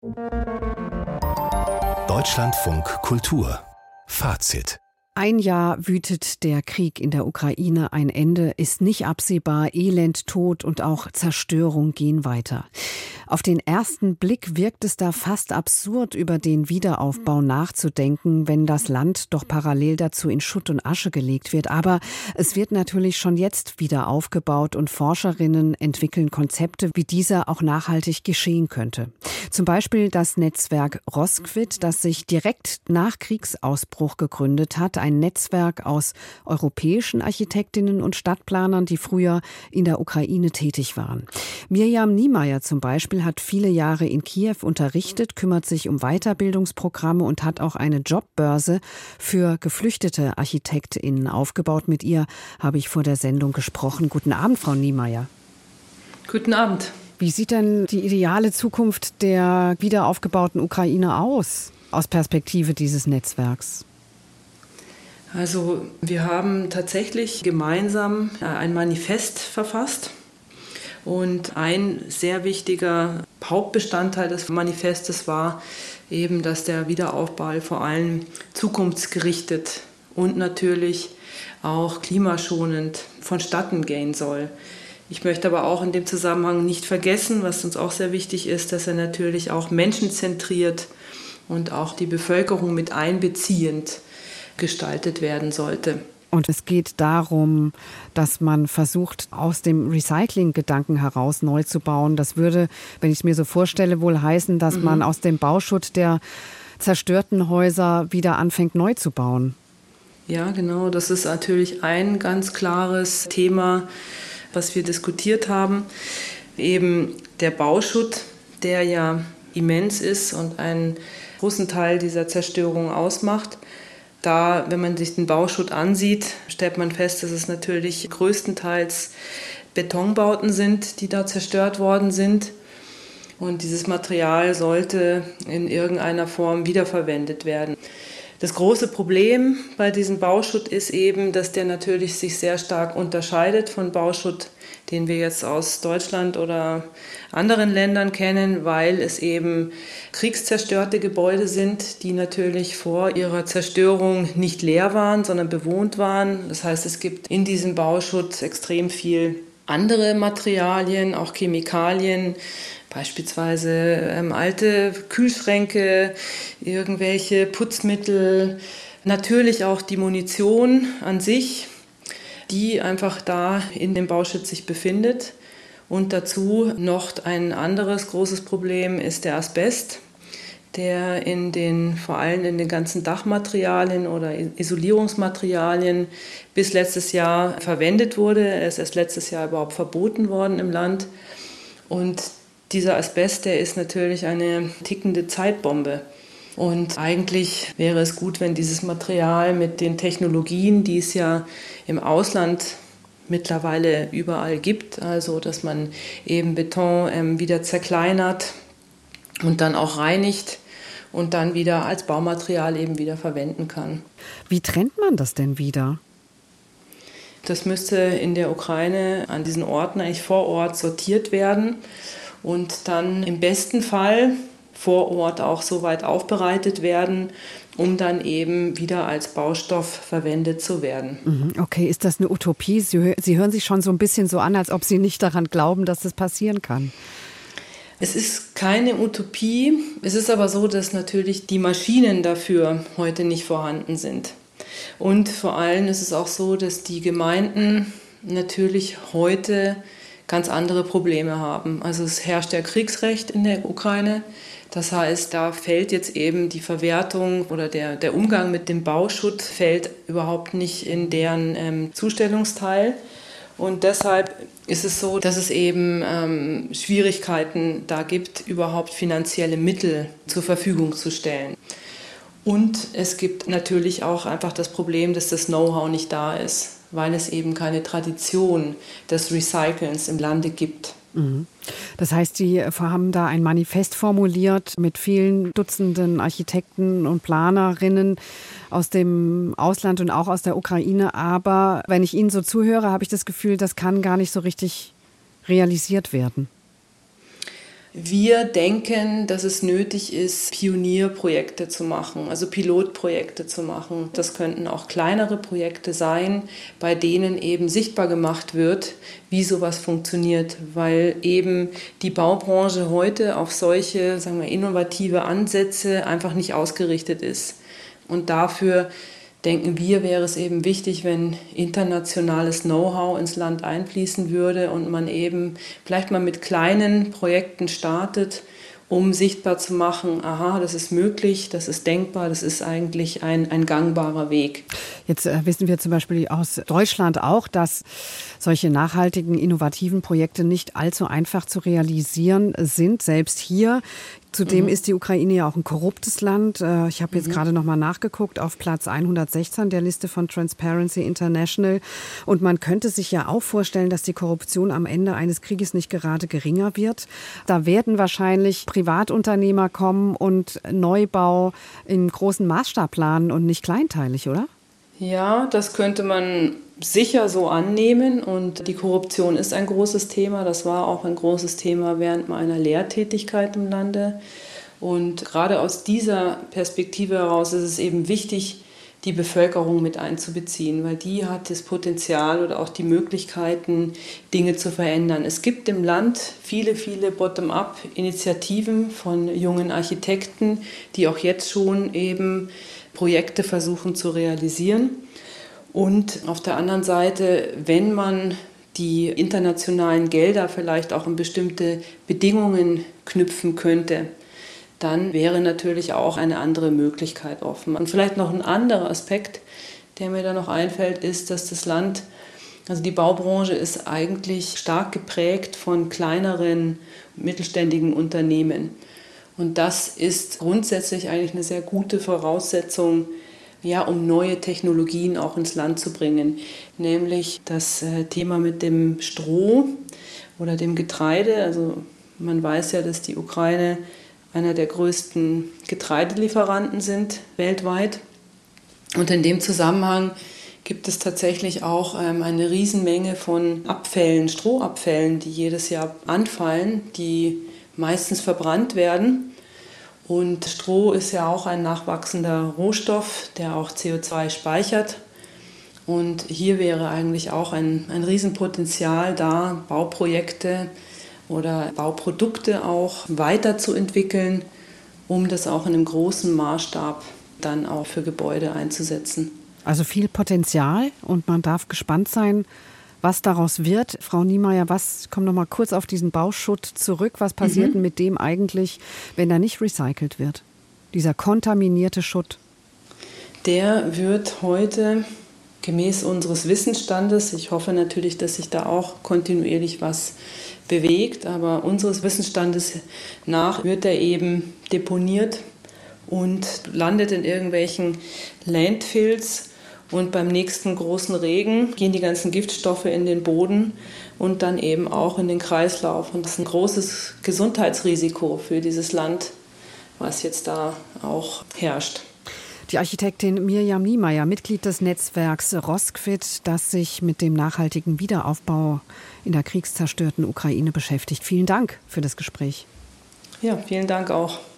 Deutschlandfunk Kultur Fazit. Ein Jahr wütet der Krieg in der Ukraine, ein Ende ist nicht absehbar, Elend, Tod und auch Zerstörung gehen weiter. Auf den ersten Blick wirkt es da fast absurd, über den Wiederaufbau nachzudenken, wenn das Land doch parallel dazu in Schutt und Asche gelegt wird. Aber es wird natürlich schon jetzt wieder aufgebaut und Forscherinnen entwickeln Konzepte, wie dieser auch nachhaltig geschehen könnte. Zum Beispiel das Netzwerk Rosquit, das sich direkt nach Kriegsausbruch gegründet hat. Ein Netzwerk aus europäischen Architektinnen und Stadtplanern, die früher in der Ukraine tätig waren. Mirjam Niemeyer zum Beispiel hat viele Jahre in Kiew unterrichtet, kümmert sich um Weiterbildungsprogramme und hat auch eine Jobbörse für geflüchtete ArchitektInnen aufgebaut. Mit ihr habe ich vor der Sendung gesprochen. Guten Abend, Frau Niemeyer. Guten Abend. Wie sieht denn die ideale Zukunft der wiederaufgebauten Ukraine aus Perspektive dieses Netzwerks? Also wir haben tatsächlich gemeinsam ein Manifest verfasst. Und ein sehr wichtiger Hauptbestandteil des Manifestes war eben, dass der Wiederaufbau vor allem zukunftsgerichtet und natürlich auch klimaschonend vonstatten gehen soll. Ich möchte aber auch in dem Zusammenhang nicht vergessen, was uns auch sehr wichtig ist, dass er natürlich auch menschenzentriert und auch die Bevölkerung mit einbeziehend gestaltet werden sollte. Und es geht darum, dass man versucht, aus dem Recycling-Gedanken heraus neu zu bauen. Das würde, wenn ich es mir so vorstelle, wohl heißen, dass man aus dem Bauschutt der zerstörten Häuser wieder anfängt, neu zu bauen. Ja, genau. Das ist natürlich ein ganz klares Thema, was wir diskutiert haben. Eben der Bauschutt, der ja immens ist und einen großen Teil dieser Zerstörung ausmacht. Da, wenn man sich den Bauschutt ansieht, stellt man fest, dass es natürlich größtenteils Betonbauten sind, die da zerstört worden sind. Und dieses Material sollte in irgendeiner Form wiederverwendet werden. Das große Problem bei diesem Bauschutt ist eben, dass der natürlich sich sehr stark unterscheidet von Bauschutt, den wir jetzt aus Deutschland oder anderen Ländern kennen, weil es eben kriegszerstörte Gebäude sind, die natürlich vor ihrer Zerstörung nicht leer waren, sondern bewohnt waren. Das heißt, es gibt in diesem Bauschutt extrem viel andere Materialien, auch Chemikalien, beispielsweise alte Kühlschränke, irgendwelche Putzmittel, natürlich auch die Munition an sich, die einfach da in dem Bauschutt sich befindet. Und dazu noch ein anderes großes Problem ist der Asbest, der vor allem in den ganzen Dachmaterialien oder Isolierungsmaterialien bis letztes Jahr verwendet wurde. Er ist erst letztes Jahr überhaupt verboten worden im Land. Und dieser Asbest, der ist natürlich eine tickende Zeitbombe. Und eigentlich wäre es gut, wenn dieses Material mit den Technologien, die es ja im Ausland mittlerweile überall gibt, also dass man eben Beton wieder zerkleinert und dann auch reinigt und dann wieder als Baumaterial eben wieder verwenden kann. Wie trennt man das denn wieder? Das müsste in der Ukraine an diesen Orten eigentlich vor Ort sortiert werden und dann im besten Fall vor Ort auch so weit aufbereitet werden, um dann eben wieder als Baustoff verwendet zu werden. Okay, ist das eine Utopie? Sie hören sich schon so ein bisschen so an, als ob Sie nicht daran glauben, dass das passieren kann. Es ist keine Utopie. Es ist aber so, dass natürlich die Maschinen dafür heute nicht vorhanden sind. Und vor allem ist es auch so, dass die Gemeinden natürlich heute ganz andere Probleme haben. Also es herrscht ja Kriegsrecht in der Ukraine. Das heißt, da fällt jetzt eben die Verwertung oder der Umgang mit dem Bauschutt fällt überhaupt nicht in deren Zustellungsteil. Und deshalb ist es so, dass es eben Schwierigkeiten da gibt, überhaupt finanzielle Mittel zur Verfügung zu stellen. Und es gibt natürlich auch einfach das Problem, dass das Know-how nicht da ist, weil es eben keine Tradition des Recycelns im Lande gibt. Das heißt, Sie haben da ein Manifest formuliert mit vielen Dutzenden Architekten und Planerinnen aus dem Ausland und auch aus der Ukraine. Aber wenn ich Ihnen so zuhöre, habe ich das Gefühl, das kann gar nicht so richtig realisiert werden. Wir denken, dass es nötig ist, Pionierprojekte zu machen, also Pilotprojekte zu machen. Das könnten auch kleinere Projekte sein, bei denen eben sichtbar gemacht wird, wie sowas funktioniert, weil eben die Baubranche heute auf solche, sagen wir, innovative Ansätze einfach nicht ausgerichtet ist. Und dafür denken wir, wäre es eben wichtig, wenn internationales Know-how ins Land einfließen würde und man eben vielleicht mal mit kleinen Projekten startet, um sichtbar zu machen, aha, das ist möglich, das ist denkbar, das ist eigentlich ein gangbarer Weg. Jetzt wissen wir zum Beispiel aus Deutschland auch, dass solche nachhaltigen, innovativen Projekte nicht allzu einfach zu realisieren sind, selbst hier. Zudem ist die Ukraine ja auch ein korruptes Land. Ich habe jetzt gerade noch mal nachgeguckt, auf Platz 116 der Liste von Transparency International. Und man könnte sich ja auch vorstellen, dass die Korruption am Ende eines Krieges nicht gerade geringer wird. Da werden wahrscheinlich Privatunternehmer kommen und Neubau in großem Maßstab planen und nicht kleinteilig, oder? Ja, das könnte man sicher so annehmen und die Korruption ist ein großes Thema. Das war auch ein großes Thema während meiner Lehrtätigkeit im Lande. Und gerade aus dieser Perspektive heraus ist es eben wichtig, die Bevölkerung mit einzubeziehen, weil die hat das Potenzial oder auch die Möglichkeiten, Dinge zu verändern. Es gibt im Land viele, viele Bottom-up-Initiativen von jungen Architekten, die auch jetzt schon eben Projekte versuchen zu realisieren. Und auf der anderen Seite, wenn man die internationalen Gelder vielleicht auch an bestimmte Bedingungen knüpfen könnte, dann wäre natürlich auch eine andere Möglichkeit offen. Und vielleicht noch ein anderer Aspekt, der mir da noch einfällt, ist, dass das Land, also die Baubranche ist eigentlich stark geprägt von kleineren, mittelständigen Unternehmen. Und das ist grundsätzlich eigentlich eine sehr gute Voraussetzung, ja, um neue Technologien auch ins Land zu bringen. Nämlich das Thema mit dem Stroh oder dem Getreide. Also man weiß ja, dass die Ukraine einer der größten Getreidelieferanten sind weltweit. Und in dem Zusammenhang gibt es tatsächlich auch eine Riesenmenge von Abfällen, Strohabfällen, die jedes Jahr anfallen, die meistens verbrannt werden. Und Stroh ist ja auch ein nachwachsender Rohstoff, der auch CO2 speichert. Und hier wäre eigentlich auch ein Riesenpotenzial da, Bauprojekte oder Bauprodukte auch weiterzuentwickeln, um das auch in einem großen Maßstab dann auch für Gebäude einzusetzen. Also viel Potenzial und man darf gespannt sein, was daraus wird. Frau Niemeyer, komm noch mal kurz auf diesen Bauschutt zurück. Was passiert denn mit dem eigentlich, wenn er nicht recycelt wird? Dieser kontaminierte Schutt. Der wird heute gemäß unseres Wissensstandes, ich hoffe natürlich, dass sich da auch kontinuierlich was bewegt, aber unseres Wissensstandes nach wird er eben deponiert und landet in irgendwelchen Landfills. Und beim nächsten großen Regen gehen die ganzen Giftstoffe in den Boden und dann eben auch in den Kreislauf. Und das ist ein großes Gesundheitsrisiko für dieses Land, was jetzt da auch herrscht. Die Architektin Mirjam Niemeyer, Mitglied des Netzwerks Roskvit, das sich mit dem nachhaltigen Wiederaufbau in der kriegszerstörten Ukraine beschäftigt. Vielen Dank für das Gespräch. Ja, vielen Dank auch.